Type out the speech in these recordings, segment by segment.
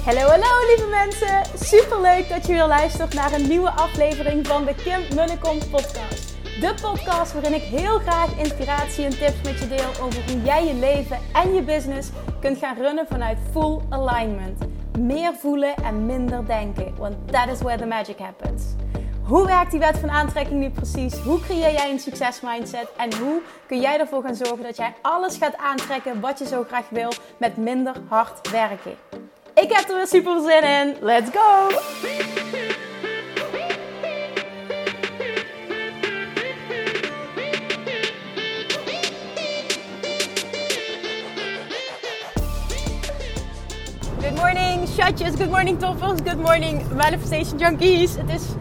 Hallo lieve mensen, superleuk dat je weer luistert naar een nieuwe aflevering van de Kim Munnekom podcast. De podcast waarin ik heel graag inspiratie en tips met je deel over hoe jij je leven en je business kunt gaan runnen vanuit full alignment. Meer voelen en minder denken, want that is where the magic happens. Hoe werkt die wet van aantrekking nu precies? Hoe creëer jij een succesmindset? En hoe kun jij ervoor gaan zorgen dat jij alles gaat aantrekken wat je zo graag wil met minder hard werken? Ik heb er weer super zin in. Let's go! Good morning, chatjes. Good morning, toppers. Good morning, manifestation junkies. Het is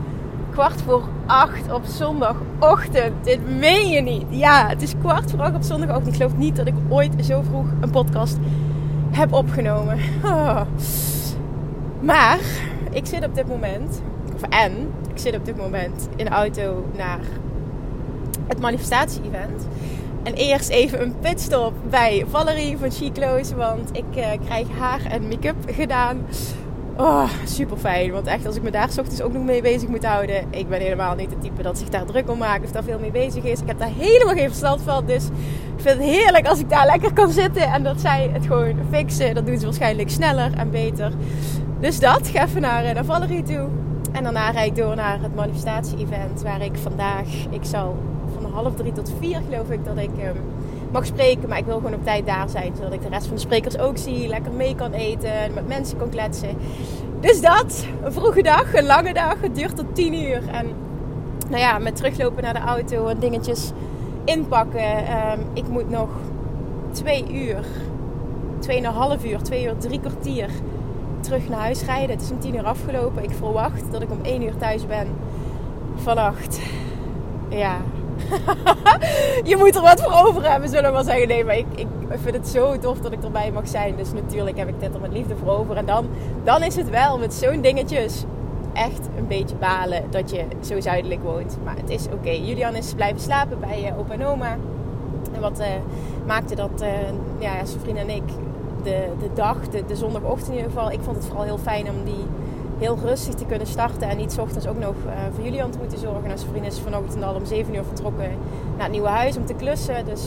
7:45 op zondagochtend. Dit meen je niet. Ja, het is 7:45 op zondagochtend. Ik geloof niet dat ik ooit zo vroeg een podcast heb opgenomen. Oh. Maar ik zit op dit moment, ik zit op dit moment in de auto naar het manifestatie-event. En eerst even een pitstop bij Valerie van She Clothes, want ik krijg haar en make-up gedaan. Oh, super fijn, want echt als ik me daar 's ochtends ook nog mee bezig moet houden. Ik ben helemaal niet het type dat zich daar druk om maakt of daar veel mee bezig is. Ik heb daar helemaal geen verstand van, dus ik vind het heerlijk als ik daar lekker kan zitten en dat zij het gewoon fixen. Dat doen ze waarschijnlijk sneller en beter. Dus dat, ga even naar Valerie toe. En daarna rijd ik door naar het manifestatie-event waar ik vandaag, ik zal van 2:30 tot 4 geloof ik dat ik mag spreken. Maar ik wil gewoon op tijd daar zijn, zodat ik de rest van de sprekers ook zie. Lekker mee kan eten, met mensen kan kletsen. Dus dat, een vroege dag, een lange dag. Het duurt tot 10 uur. En nou ja, met teruglopen naar de auto en dingetjes inpakken. Ik moet nog 2 uur, 2,5 uur, 2 uur, 3 kwartier terug naar huis rijden. Het is om 10 uur afgelopen. Ik verwacht dat ik om 1 uur thuis ben vannacht. Ja. Je moet er wat voor over hebben, zullen we maar zeggen. Nee, maar ik vind het zo tof dat ik erbij mag zijn. Dus natuurlijk heb ik dit er met liefde voor over. En dan is het wel met zo'n dingetjes echt een beetje balen dat je zo zuidelijk woont. Maar het is oké. Julian is blijven slapen bij opa en oma. En wat maakte dat zijn vriend en ik de dag, de zondagochtend in ieder geval. Ik vond het vooral heel fijn om die heel rustig te kunnen starten. En niet 's ochtends ook nog voor Julian te moeten zorgen. En zijn vriend is vanochtend al om 7 uur vertrokken naar het nieuwe huis om te klussen. Dus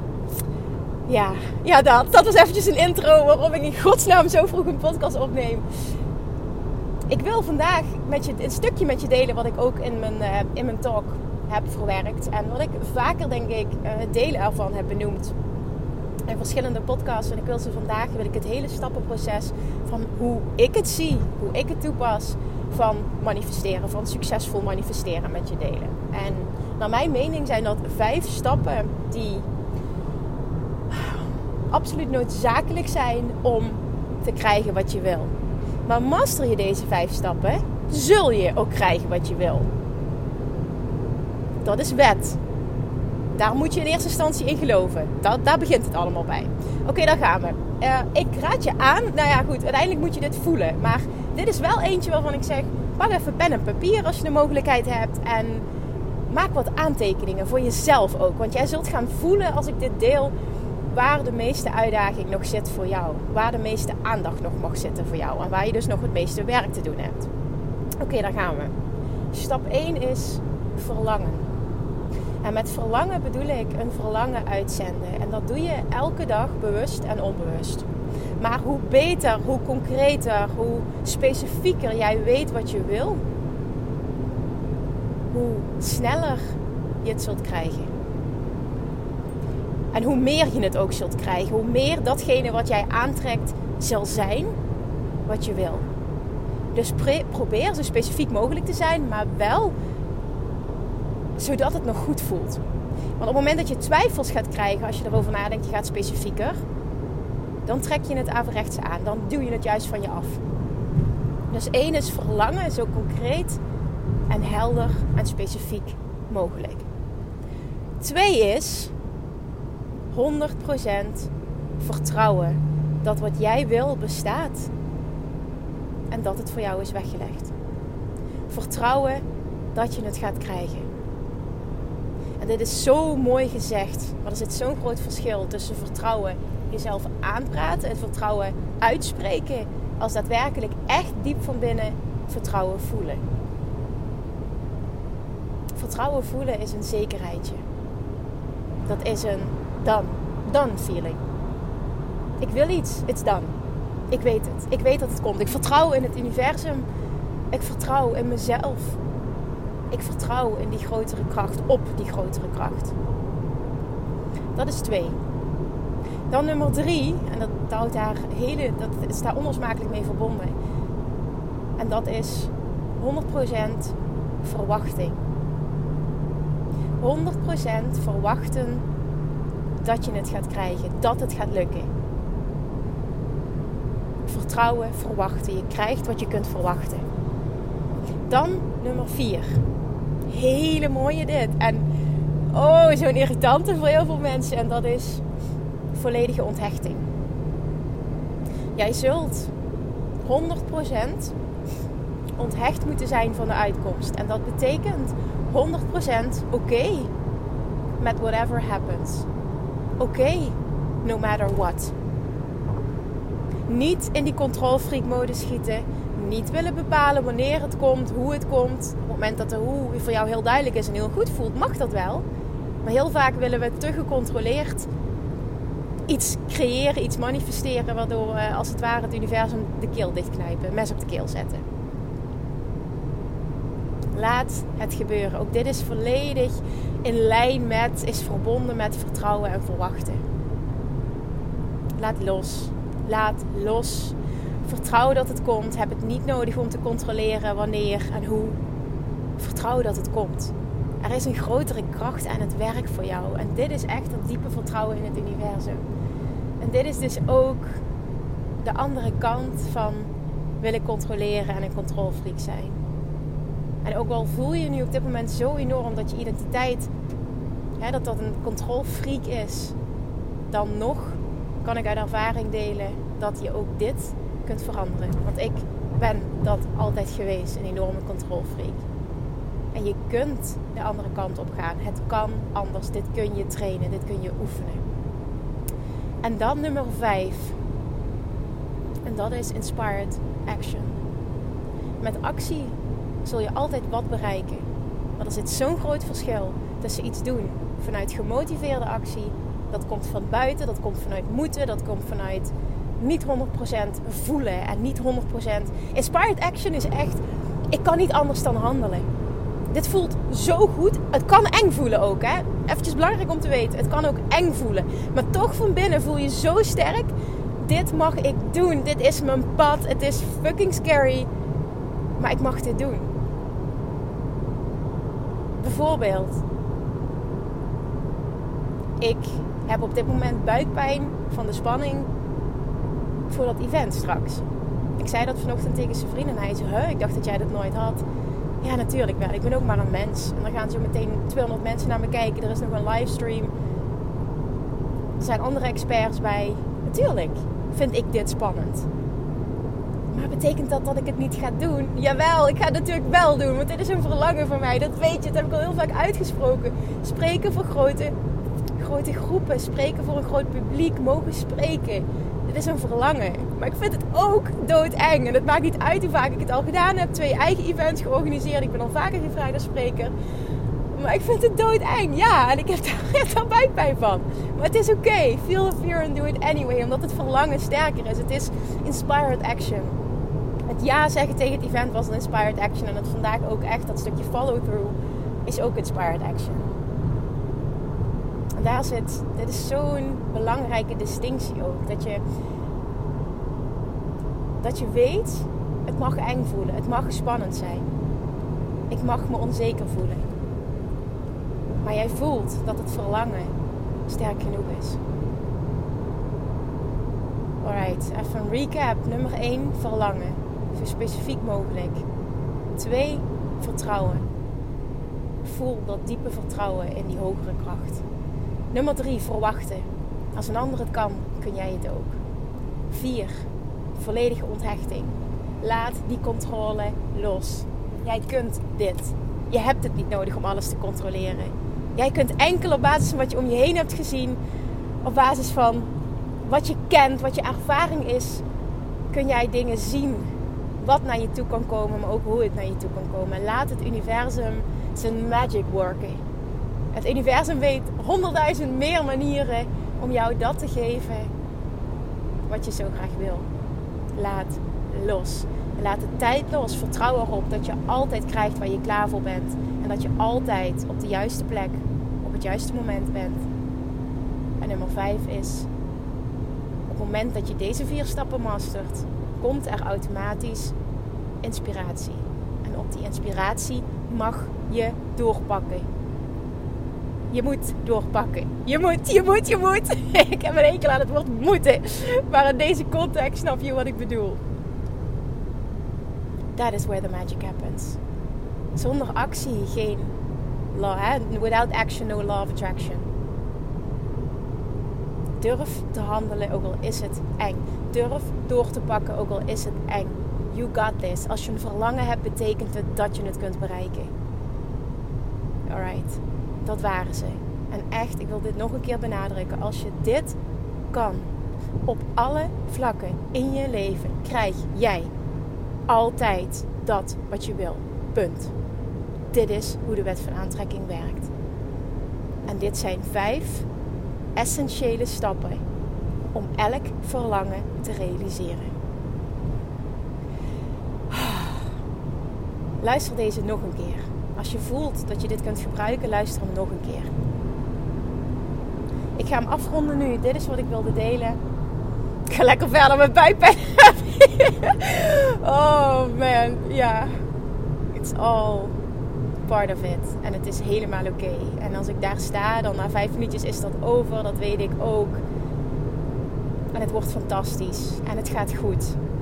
dat was eventjes een intro waarom ik in godsnaam zo vroeg een podcast opneem. Ik wil vandaag een stukje met je delen wat ik ook in mijn talk heb verwerkt. En wat ik vaker denk ik het delen ervan heb benoemd. In verschillende podcasts. En wil ik het hele stappenproces van hoe ik het zie, hoe ik het toepas van manifesteren, van succesvol manifesteren met je delen. En naar mijn mening zijn dat 5 stappen die absoluut noodzakelijk zijn om te krijgen wat je wil. Maar master je deze 5 stappen, zul je ook krijgen wat je wil. Dat is wet. Daar moet je in eerste instantie in geloven. Daar begint het allemaal bij. Oké, daar gaan we. Ik raad je aan. Nou ja, goed. Uiteindelijk moet je dit voelen. Maar dit is wel eentje waarvan ik zeg, pak even pen en papier als je de mogelijkheid hebt. En maak wat aantekeningen voor jezelf ook. Want jij zult gaan voelen als ik dit deel waar de meeste uitdaging nog zit voor jou. Waar de meeste aandacht nog mag zitten voor jou. En waar je dus nog het meeste werk te doen hebt. Oké, daar gaan we. Stap 1 is verlangen. En met verlangen bedoel ik een verlangen uitzenden. En dat doe je elke dag bewust en onbewust. Maar hoe beter, hoe concreter, hoe specifieker jij weet wat je wil, hoe sneller je het zult krijgen. En hoe meer je het ook zult krijgen, hoe meer datgene wat jij aantrekt zal zijn wat je wil. Dus probeer zo specifiek mogelijk te zijn, maar wel zodat het nog goed voelt. Want op het moment dat je twijfels gaat krijgen, als je erover nadenkt, je gaat specifieker, dan trek je het averechts aan. Dan duw je het juist van je af. Dus 1 is verlangen, zo concreet en helder en specifiek mogelijk. 2 is 100% vertrouwen dat wat jij wil bestaat. En dat het voor jou is weggelegd. Vertrouwen dat je het gaat krijgen. En dit is zo mooi gezegd. Maar er zit zo'n groot verschil tussen vertrouwen jezelf aanpraten en vertrouwen uitspreken als daadwerkelijk echt diep van binnen vertrouwen voelen. Vertrouwen voelen is een zekerheidje. Dat is een done feeling. Ik wil iets, it's done. Ik weet het. Ik weet dat het komt. Ik vertrouw in het universum. Ik vertrouw in mezelf. Ik vertrouw in die grotere kracht, op die grotere kracht. Dat is 2. Dan nummer 3, en dat is daar onlosmakelijk mee verbonden. En dat is 100% verwachting. 100% verwachten dat je het gaat krijgen, dat het gaat lukken. Vertrouwen, verwachten. Je krijgt wat je kunt verwachten. Dan nummer 4. Hele mooie dit. En zo'n irritante voor heel veel mensen. En dat is volledige onthechting. Jij zult 100% onthecht moeten zijn van de uitkomst. En dat betekent 100% oké met whatever happens. Oké, no matter what. Niet in die control freak mode schieten. Niet willen bepalen wanneer het komt, hoe het komt. Op het moment dat de hoe voor jou heel duidelijk is en heel goed voelt, mag dat wel. Maar heel vaak willen we te gecontroleerd iets creëren, iets manifesteren, waardoor we als het ware het universum de keel dichtknijpen, mes op de keel zetten. Laat het gebeuren. Ook dit is volledig in lijn met, is verbonden met vertrouwen en verwachten. Laat los. Laat los. Vertrouw dat het komt. Heb het niet nodig om te controleren wanneer en hoe. Vertrouw dat het komt. Er is een grotere kracht aan het werk voor jou. En dit is echt dat diepe vertrouwen in het universum. En dit is dus ook de andere kant van willen controleren en een controlfreak zijn. En ook al voel je nu op dit moment zo enorm dat je identiteit, dat een controlfreak is, dan nog kan ik uit ervaring delen dat je ook dit kunt veranderen. Want ik ben dat altijd geweest, een enorme controlfreak. En je kunt de andere kant op gaan. Het kan anders. Dit kun je trainen. Dit kun je oefenen. En dan nummer 5. En dat is inspired action. Met actie zul je altijd wat bereiken. Maar er zit zo'n groot verschil tussen iets doen vanuit gemotiveerde actie. Dat komt van buiten, dat komt vanuit moeten, dat komt vanuit niet 100% voelen en niet 100%. Inspired action is echt, ik kan niet anders dan handelen. Dit voelt zo goed. Het kan eng voelen ook, hè. Eventjes belangrijk om te weten. Het kan ook eng voelen. Maar toch van binnen voel je zo sterk. Dit mag ik doen. Dit is mijn pad. Het is fucking scary. Maar ik mag dit doen. Bijvoorbeeld. Ik heb op dit moment buikpijn van de spanning voor dat event straks. Ik zei dat vanochtend tegen zijn vriend en hij zei, ik dacht dat jij dat nooit had. Ja, natuurlijk wel. Ik ben ook maar een mens. En dan gaan zo meteen 200 mensen naar me kijken. Er is nog een livestream. Er zijn andere experts bij. Natuurlijk vind ik dit spannend. Maar betekent dat dat ik het niet ga doen? Jawel, ik ga het natuurlijk wel doen. Want dit is een verlangen van mij. Dat weet je. Dat heb ik al heel vaak uitgesproken. Spreken voor grote groepen. Spreken voor een groot publiek. Mogen spreken. Dit is een verlangen. Maar ik vind het ook doodeng. En het maakt niet uit hoe vaak ik het al gedaan heb. 2 eigen events georganiseerd. Ik ben al vaker gevraagd als spreker. Maar ik vind het doodeng. Ja, en ik heb daar buikpijn van. Maar het is oké. Feel the fear and do it anyway. Omdat het verlangen sterker is. Het is inspired action. Het ja zeggen tegen het event was een inspired action. En het vandaag ook echt, dat stukje follow through, is ook inspired action. En daar zit, dit is zo'n belangrijke distinctie ook. Dat je weet, het mag eng voelen. Het mag spannend zijn. Ik mag me onzeker voelen. Maar jij voelt dat het verlangen sterk genoeg is. Alright, even een recap. Nummer 1, verlangen. Zo specifiek mogelijk. 2, vertrouwen. Voel dat diepe vertrouwen in die hogere kracht. Nummer 3, verwachten. Als een ander het kan, kun jij het ook. 4, volledige onthechting. Laat die controle los. Jij kunt dit. Je hebt het niet nodig om alles te controleren. Jij kunt enkel op basis van wat je om je heen hebt gezien, op basis van wat je kent, wat je ervaring is, kun jij dingen zien wat naar je toe kan komen, maar ook hoe het naar je toe kan komen. Laat het universum zijn magic worken. Het universum weet 100.000 meer manieren om jou dat te geven wat je zo graag wil. Laat los. Laat de tijd los. Vertrouw erop dat je altijd krijgt waar je klaar voor bent. En dat je altijd op de juiste plek, op het juiste moment bent. En nummer 5 is, op het moment dat je deze 4 stappen mastert, komt er automatisch inspiratie. En op die inspiratie mag je doorpakken. Je moet doorpakken. Je moet. Ik heb een hekel aan het woord moeten. Maar in deze context snap je wat ik bedoel. That is where the magic happens. Zonder actie geen law. Without action, no law of attraction. Durf te handelen, ook al is het eng. Durf door te pakken, ook al is het eng. You got this. Als je een verlangen hebt, betekent het dat je het kunt bereiken. Alright. Dat waren ze. En echt, ik wil dit nog een keer benadrukken. Als je dit kan, op alle vlakken in je leven, krijg jij altijd dat wat je wil. Punt. Dit is hoe de wet van aantrekking werkt. En dit zijn 5 essentiële stappen om elk verlangen te realiseren. Luister deze nog een keer. Als je voelt dat je dit kunt gebruiken, luister hem nog een keer. Ik ga hem afronden nu. Dit is wat ik wilde delen. Ik ga lekker verder met buikpijn. Oh man, ja. It's all part of it. En het is helemaal oké. En als ik daar sta, dan na 5 minuutjes is dat over. Dat weet ik ook. En het wordt fantastisch. En het gaat goed.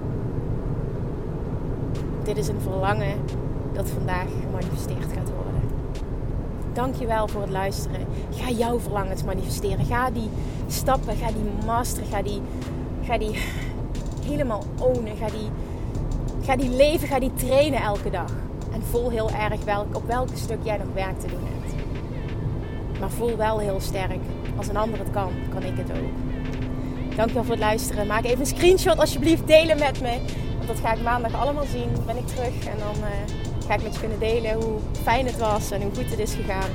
Dit is een verlangen dat vandaag gemanifesteerd gaat worden. Dankjewel voor het luisteren. Ga jouw verlangens manifesteren. Ga die stappen, ga die masteren. Ga die helemaal ownen. Ga die leven, ga die trainen elke dag. En voel heel erg op welk stuk jij nog werk te doen hebt. Maar voel wel heel sterk. Als een ander het kan, kan ik het ook. Dankjewel voor het luisteren. Maak even een screenshot alsjeblieft. Delen met me. Want dat ga ik maandag allemaal zien. Ben ik terug. En dan ga ik met je kunnen delen hoe fijn het was. En hoe goed het is gegaan.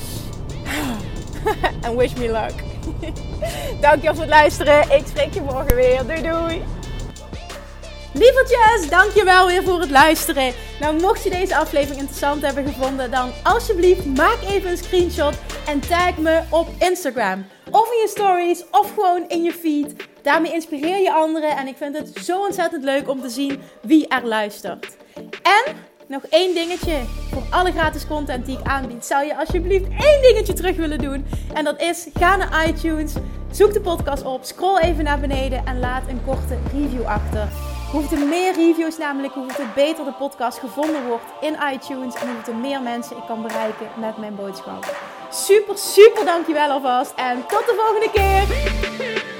En wish me luck. Dankjewel voor het luisteren. Ik spreek je morgen weer. Doei doei. Lievertjes, dankjewel weer voor het luisteren. Nou, mocht je deze aflevering interessant hebben gevonden, dan alsjeblieft maak even een screenshot en tag me op Instagram. Of in je stories, of gewoon in je feed. Daarmee inspireer je anderen en ik vind het zo ontzettend leuk om te zien wie er luistert. En nog 1 dingetje. Voor alle gratis content die ik aanbied, zou je alsjeblieft 1 dingetje terug willen doen. En dat is, ga naar iTunes, zoek de podcast op, scroll even naar beneden en laat een korte review achter. Hoeveel meer reviews namelijk, hoeveel beter de podcast gevonden wordt in iTunes. En hoeveel meer mensen ik kan bereiken met mijn boodschap. Super, super dankjewel alvast. En tot de volgende keer.